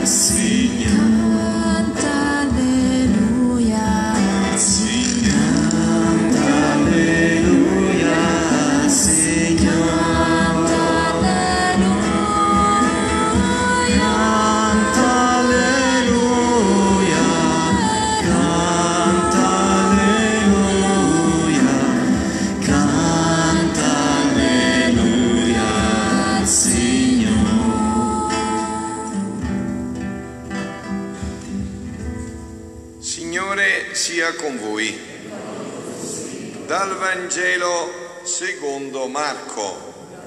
Con voi. Dal Vangelo secondo Marco.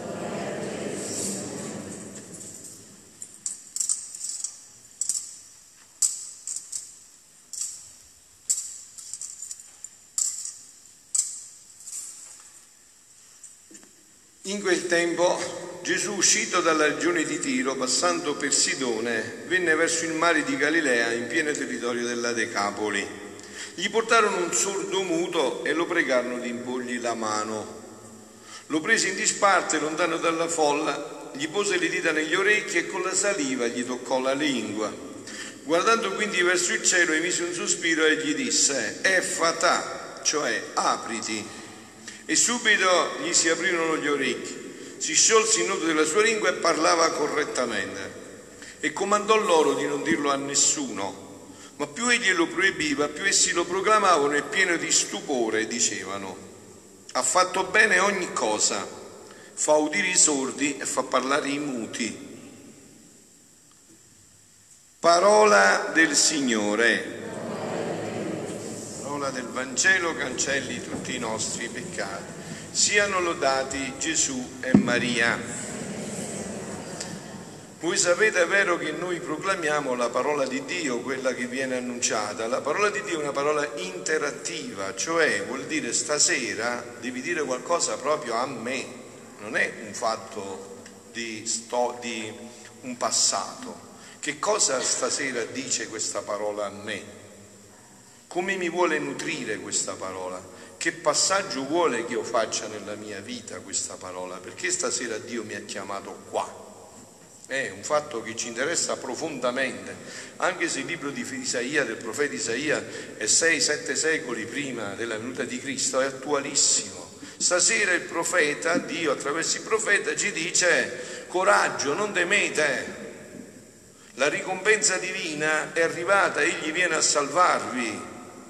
In quel tempo Gesù, uscito dalla regione di Tiro, passando per Sidone, venne verso il mare di Galilea in pieno territorio della Decapoli. Gli portarono un sordo muto e lo pregarono di imporgli la mano. Lo prese in disparte lontano dalla folla, gli pose le dita negli orecchi e con la saliva gli toccò la lingua. Guardando quindi verso il cielo emise un sospiro e gli disse: Effatà, cioè apriti. E subito gli si aprirono gli orecchi, si sciolse il nodo della sua lingua e parlava correttamente. E comandò loro di non dirlo a nessuno. Ma più egli lo proibiva, più essi lo proclamavano e pieno di stupore dicevano: ha fatto bene ogni cosa, fa udire i sordi e fa parlare i muti. Parola del Signore. Parola del Vangelo cancelli tutti i nostri peccati. Siano lodati Gesù e Maria. Voi sapete, è vero, che noi proclamiamo la parola di Dio, quella che viene annunciata. La parola di Dio è una parola interattiva, cioè vuol dire stasera devi dire qualcosa proprio a me. Non è un fatto di un passato. Che cosa stasera dice questa parola a me? Come mi vuole nutrire questa parola? Che passaggio vuole che io faccia nella mia vita questa parola? Perché stasera Dio mi ha chiamato qua? È un fatto che ci interessa profondamente, anche se il libro di Isaia, del profeta Isaia, è 6-7 secoli prima della venuta di Cristo, è attualissimo. Stasera il profeta, Dio attraverso il profeta ci dice: coraggio, non temete, la ricompensa divina è arrivata, egli viene a salvarvi.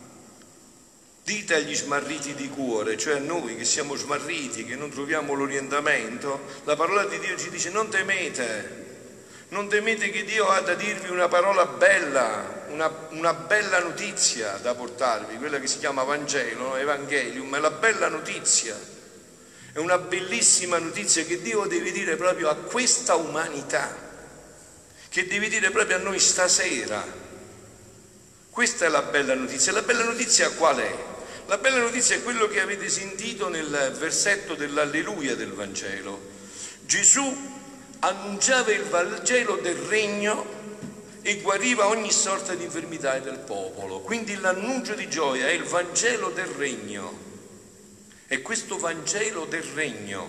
Dite agli smarriti di cuore, cioè a noi che siamo smarriti, che non troviamo l'orientamento, la parola di Dio ci dice: non temete. Non temete, che Dio ha da dirvi una parola bella, una bella notizia da portarvi, quella che si chiama Vangelo, Evangelium, è la bella notizia, è una bellissima notizia che Dio deve dire proprio a questa umanità, che deve dire proprio a noi stasera. Questa è la bella notizia. La bella notizia qual è? La bella notizia è quello che avete sentito nel versetto dell'Alleluia del Vangelo. Gesù annunciava il Vangelo del regno e guariva ogni sorta di infermità del popolo. Quindi l'annuncio di gioia è il Vangelo del regno. È questo Vangelo del regno.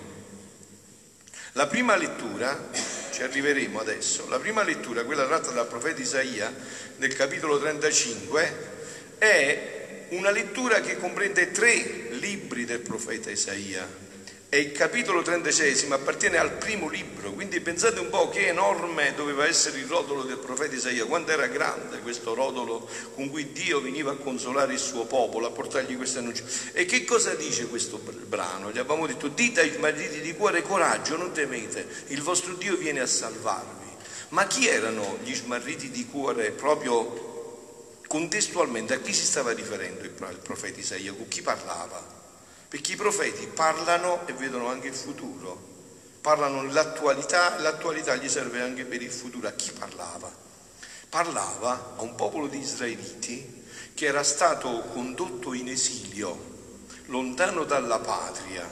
La prima lettura, ci arriveremo adesso, la prima lettura, quella tratta dal profeta Isaia, nel capitolo 35, è una lettura che comprende 3 libri del profeta Isaia. E il capitolo 36 appartiene al primo libro, quindi pensate un po' che enorme doveva essere il rotolo del profeta Isaia, quanto era grande questo rotolo con cui Dio veniva a consolare il suo popolo, a portargli questa annuncio. E che cosa dice questo brano? Gli abbiamo detto: dite ai smarriti di cuore, coraggio, non temete, il vostro Dio viene a salvarvi. Ma chi erano gli smarriti di cuore proprio contestualmente? A chi si stava riferendo il profeta Isaia? Con chi parlava? Perché i profeti parlano e vedono anche il futuro, parlano nell'attualità e l'attualità gli serve anche per il futuro. A chi parlava? Parlava a un popolo di israeliti che era stato condotto in esilio, lontano dalla patria,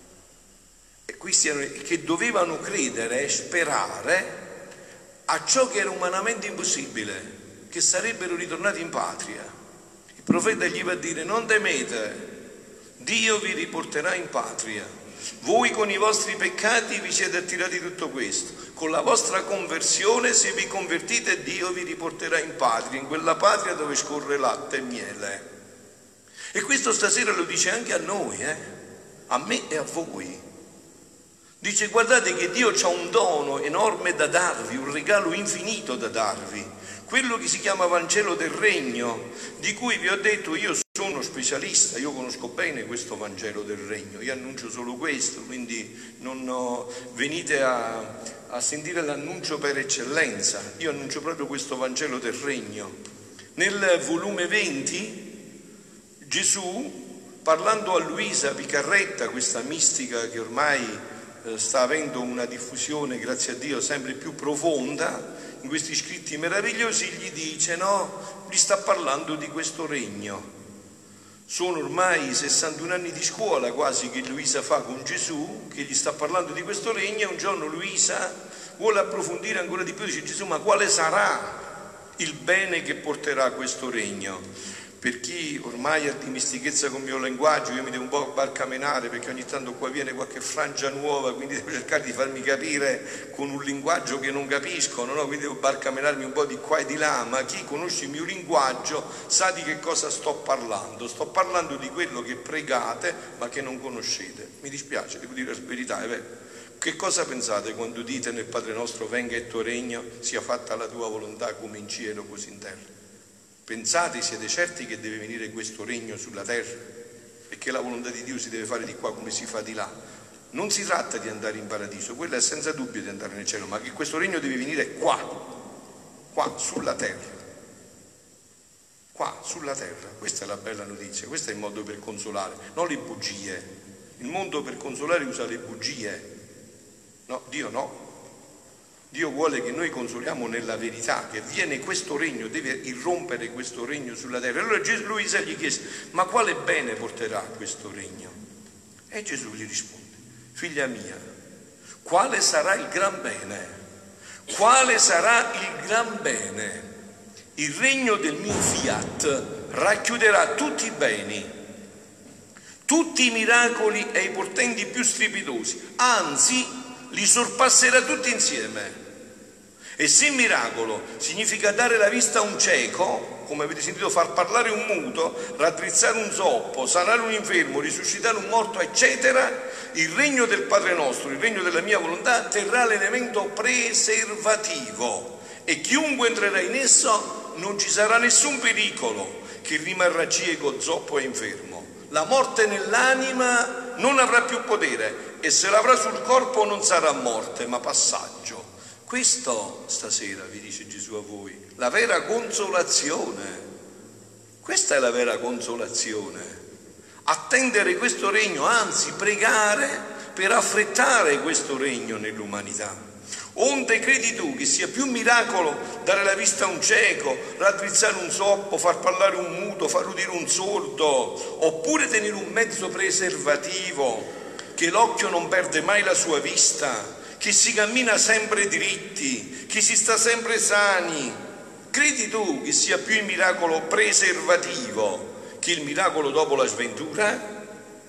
e questi che dovevano credere e sperare a ciò che era umanamente impossibile, che sarebbero ritornati in patria. Il profeta gli va a dire: non temete, Dio vi riporterà in patria. Voi con i vostri peccati vi siete attirati tutto questo. Con la vostra conversione, se vi convertite, Dio vi riporterà in patria, in quella patria dove scorre latte e miele. E questo stasera lo dice anche a noi, a me e a voi. Dice: guardate che Dio ha un dono enorme da darvi, un regalo infinito da darvi, quello che si chiama Vangelo del Regno, di cui vi ho detto io sono specialista, io conosco bene questo Vangelo del Regno, io annuncio solo questo, quindi venite a sentire l'annuncio per eccellenza, io annuncio proprio questo Vangelo del Regno. Nel volume 20 Gesù, parlando a Luisa Picarretta, questa mistica che ormai sta avendo una diffusione, grazie a Dio, sempre più profonda, in questi scritti meravigliosi, gli dice, gli sta parlando di questo regno. Sono ormai 61 anni di scuola quasi che Luisa fa con Gesù, che gli sta parlando di questo regno, e un giorno Luisa vuole approfondire ancora di più, dice: Gesù, ma quale sarà il bene che porterà questo regno? Per chi ormai ha dimestichezza con il mio linguaggio, io mi devo un po' barcamenare, perché ogni tanto qua viene qualche frangia nuova, quindi devo cercare di farmi capire con un linguaggio che non capiscono, quindi devo barcamenarmi un po' di qua e di là, ma chi conosce il mio linguaggio sa di che cosa sto parlando. Sto parlando di quello che pregate ma che non conoscete. Mi dispiace, devo dire la verità, è vero. Che cosa pensate quando dite nel Padre nostro: venga il tuo regno, sia fatta la tua volontà come in cielo così in terra? Pensate, siete certi che deve venire questo regno sulla terra e che la volontà di Dio si deve fare di qua come si fa di là? Non si tratta di andare in paradiso, quello è senza dubbio di andare nel cielo, ma che questo regno deve venire qua sulla terra. Qua sulla terra. Questa è la bella notizia, questo è il modo per consolare, non le bugie. Il mondo per consolare usa le bugie. No, Dio no. Dio vuole che noi consoliamo nella verità, che viene questo regno, deve irrompere questo regno sulla terra. Allora Luisa gli chiese: ma quale bene porterà questo regno? E Gesù gli risponde: figlia mia, quale sarà il gran bene? Quale sarà il gran bene? Il regno del mio fiat racchiuderà tutti i beni, tutti i miracoli e i portenti più strepitosi, anzi li sorpasserà tutti insieme. E se il miracolo significa dare la vista a un cieco, come avete sentito, far parlare un muto, raddrizzare un zoppo, sanare un infermo, risuscitare un morto, eccetera, il regno del Padre nostro, il regno della mia volontà, terrà l'elemento preservativo, e chiunque entrerà in esso non ci sarà nessun pericolo, che rimarrà cieco, zoppo e infermo. La morte nell'anima non avrà più potere, e se l'avrà sul corpo non sarà morte ma passaggio. Questo stasera vi dice Gesù a voi, la vera consolazione. Questa è la vera consolazione. Attendere questo regno, anzi pregare per affrettare questo regno nell'umanità. Onde credi tu che sia più miracolo dare la vista a un cieco, raddrizzare un zoppo, far parlare un muto, far udire un sordo, oppure tenere un mezzo preservativo, che l'occhio non perde mai la sua vista, che si cammina sempre diritti, che si sta sempre sani? Credi tu che sia più il miracolo preservativo che il miracolo dopo la sventura?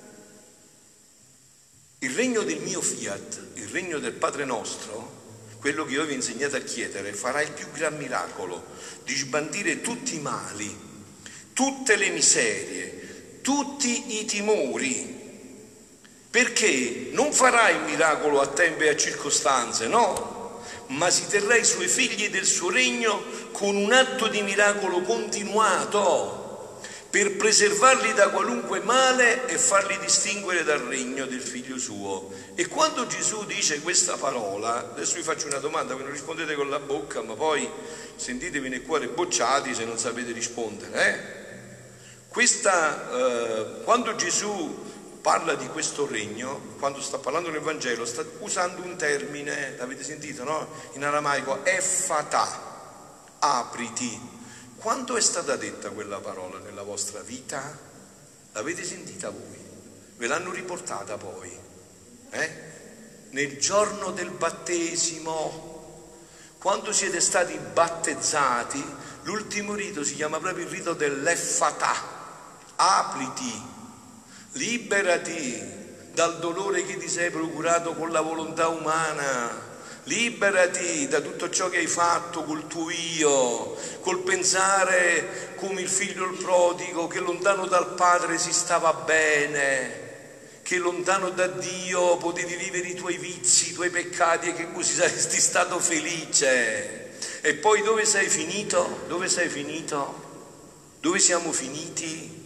Il regno del mio fiat, il regno del Padre nostro, quello che io vi ho insegnato a chiedere, farà il più gran miracolo di sbandire tutti i mali, tutte le miserie, tutti i timori, perché non farà il miracolo a tempo e a circostanze, no, ma si terrà i suoi figli del suo regno con un atto di miracolo continuato, per preservarli da qualunque male e farli distinguere dal regno del figlio suo. E quando Gesù dice questa parola, adesso vi faccio una domanda, voi non rispondete con la bocca, ma poi sentitevi nel cuore bocciati se non sapete rispondere. Quando Gesù parla di questo regno, quando sta parlando nel Vangelo, sta usando un termine, l'avete sentito, no? In aramaico, effatà, apriti. Quando è stata detta quella parola nella vostra vita? L'avete sentita voi? Ve l'hanno riportata poi? Nel giorno del battesimo, quando siete stati battezzati, l'ultimo rito si chiama proprio il rito dell'effatà, apriti, liberati, dal dolore che ti sei procurato con la volontà umana. Liberati da tutto ciò che hai fatto col tuo io, col pensare come il figlio il prodigo che lontano dal padre si stava bene, che lontano da Dio potevi vivere i tuoi vizi, i tuoi peccati e che così saresti stato felice. E poi dove sei finito? Dove sei finito? Dove siamo finiti?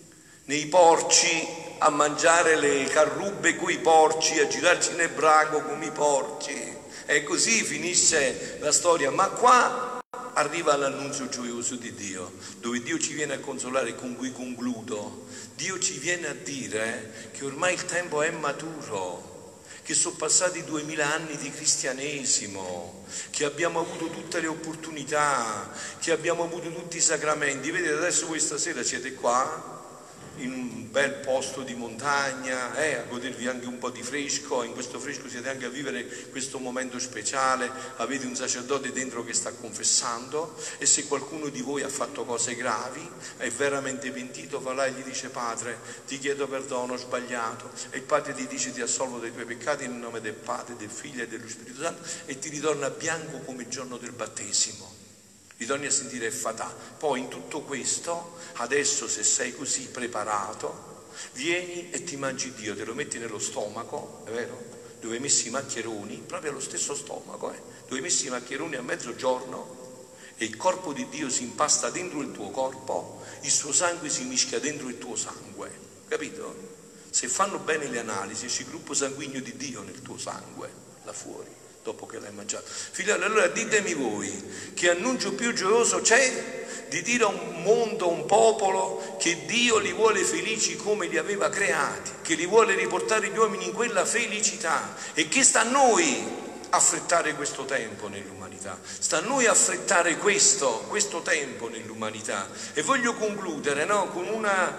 Nei porci, a mangiare le carrubbe coi porci, a girarci nel braco come i porci. E così finisce la storia, ma qua arriva l'annunzio gioioso di Dio, dove Dio ci viene a consolare, con cui concludo. Dio ci viene a dire che ormai il tempo è maturo, che sono passati 2000 anni di cristianesimo, che abbiamo avuto tutte le opportunità, che abbiamo avuto tutti i sacramenti. Vedete, adesso voi stasera siete qua, in un bel posto di montagna, a godervi anche un po' di fresco, in questo fresco siete anche a vivere questo momento speciale, avete un sacerdote dentro che sta confessando, e se qualcuno di voi ha fatto cose gravi, è veramente pentito, va là e gli dice: Padre, ti chiedo perdono, ho sbagliato, e il Padre ti dice: ti assolvo dai tuoi peccati nel nome del Padre, del Figlio e dello Spirito Santo, e ti ritorna bianco come il giorno del battesimo. Ritorni a sentire Effatà. Poi in tutto questo, adesso se sei così preparato, vieni e ti mangi Dio, te lo metti nello stomaco, è vero? Dove hai messo i maccheroni, proprio allo stesso stomaco, dove hai messo i maccheroni a mezzogiorno, e il corpo di Dio si impasta dentro il tuo corpo, il suo sangue si mischia dentro il tuo sangue, capito? Se fanno bene le analisi, esce il gruppo sanguigno di Dio nel tuo sangue, là fuori, dopo che l'hai mangiato. Figlioli, allora ditemi voi, che annuncio più gioioso c'è di dire a un mondo, a un popolo, che Dio li vuole felici come li aveva creati, che li vuole riportare gli uomini in quella felicità, e che sta a noi affrettare questo tempo nell'umanità, sta a noi affrettare questo tempo nell'umanità. E voglio concludere, con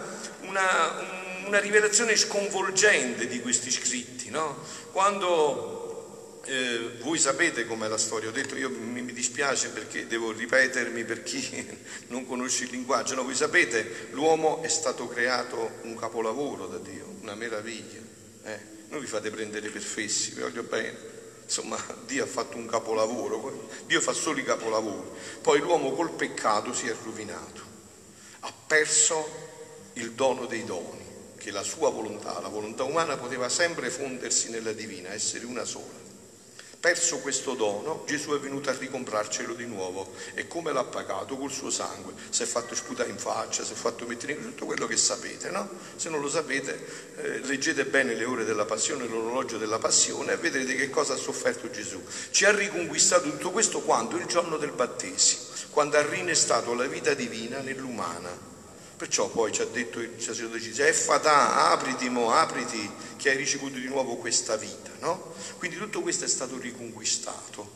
una rivelazione sconvolgente di questi scritti, quando voi sapete com'è la storia, ho detto, io mi dispiace perché devo ripetermi per chi non conosce il linguaggio, voi sapete, l'uomo è stato creato un capolavoro da Dio, una meraviglia, non vi fate prendere per fessi, vi voglio bene, insomma Dio ha fatto un capolavoro, Dio fa solo i capolavori. Poi l'uomo col peccato si è rovinato, ha perso il dono dei doni, che la sua volontà, la volontà umana, poteva sempre fondersi nella divina, essere una sola. Perso questo dono, Gesù è venuto a ricomprarcelo di nuovo, e come l'ha pagato? Col suo sangue. Si è fatto sputare in faccia, si è fatto mettere in tutto quello che sapete, Se non lo sapete, leggete bene le ore della passione, l'orologio della passione, e vedrete che cosa ha sofferto Gesù. Ci ha riconquistato tutto questo quando? Il giorno del battesimo, quando ha rinestato la vita divina nell'umana. Perciò poi ci ha detto il sacerdote: Effatà, apriti, che hai ricevuto di nuovo questa vita, Quindi tutto questo è stato riconquistato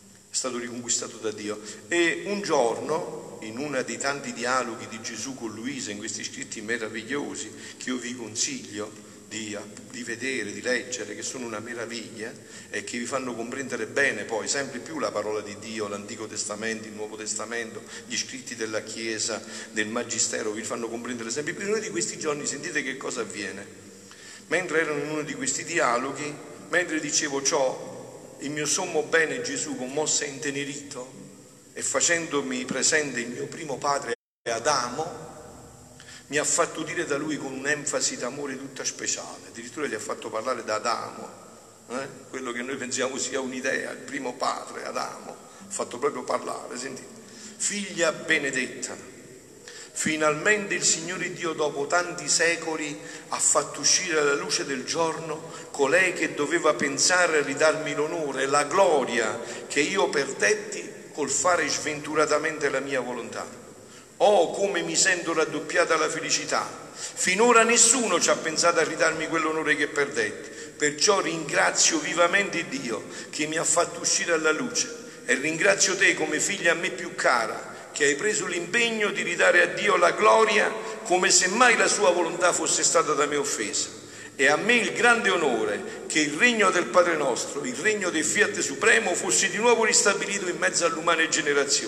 da Dio. E un giorno, in uno dei tanti dialoghi di Gesù con Luisa, in questi scritti meravigliosi che io vi consiglio di vedere, di leggere, che sono una meraviglia e che vi fanno comprendere bene poi sempre più la parola di Dio, l'Antico Testamento, il Nuovo Testamento, gli scritti della Chiesa, del Magistero, vi fanno comprendere sempre più. In uno di questi giorni sentite che cosa avviene. Mentre erano in uno di questi dialoghi, mentre dicevo ciò, il mio sommo bene Gesù, commosso e intenerito, e facendomi presente il mio primo padre Adamo, mi ha fatto dire da lui con un'enfasi d'amore tutta speciale, addirittura gli ha fatto parlare da Adamo, quello che noi pensiamo sia un'idea, il primo padre Adamo, ha fatto proprio parlare, sentite: figlia benedetta, finalmente il Signore Dio dopo tanti secoli ha fatto uscire alla luce del giorno colei che doveva pensare a ridarmi l'onore, la gloria che io perdetti col fare sventuratamente la mia volontà. Oh, come mi sento raddoppiata la felicità! Finora nessuno ci ha pensato a ridarmi quell'onore che perdetti, perciò ringrazio vivamente Dio che mi ha fatto uscire alla luce, e ringrazio te come figlia a me più cara, che hai preso l'impegno di ridare a Dio la gloria come se mai la sua volontà fosse stata da me offesa. E a me il grande onore che il regno del Padre nostro, il regno del Fiat Supremo, fosse di nuovo ristabilito in mezzo all'umane generazione.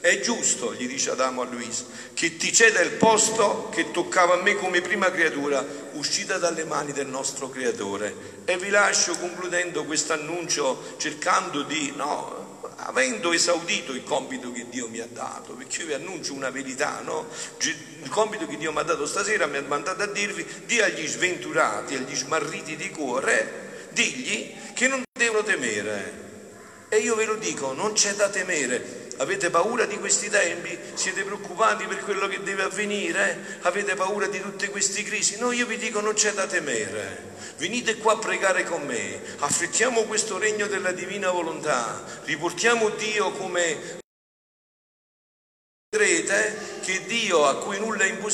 È giusto, gli dice Adamo a Luisa, che ti ceda il posto che toccava a me come prima creatura, uscita dalle mani del nostro Creatore. E vi lascio concludendo questo annuncio cercando di, avendo esaudito il compito che Dio mi ha dato, perché io vi annuncio una verità, il compito che Dio mi ha dato stasera mi ha mandato a dirvi: di agli sventurati, agli smarriti di cuore, digli che non devono temere. E io ve lo dico, non c'è da temere. Avete paura di questi tempi? Siete preoccupati per quello che deve avvenire? Avete paura di tutte queste crisi? No, io vi dico, non c'è da temere. Venite qua a pregare con me, affrettiamo questo regno della divina volontà, riportiamo Dio come vedrete che Dio, a cui nulla è impossibile,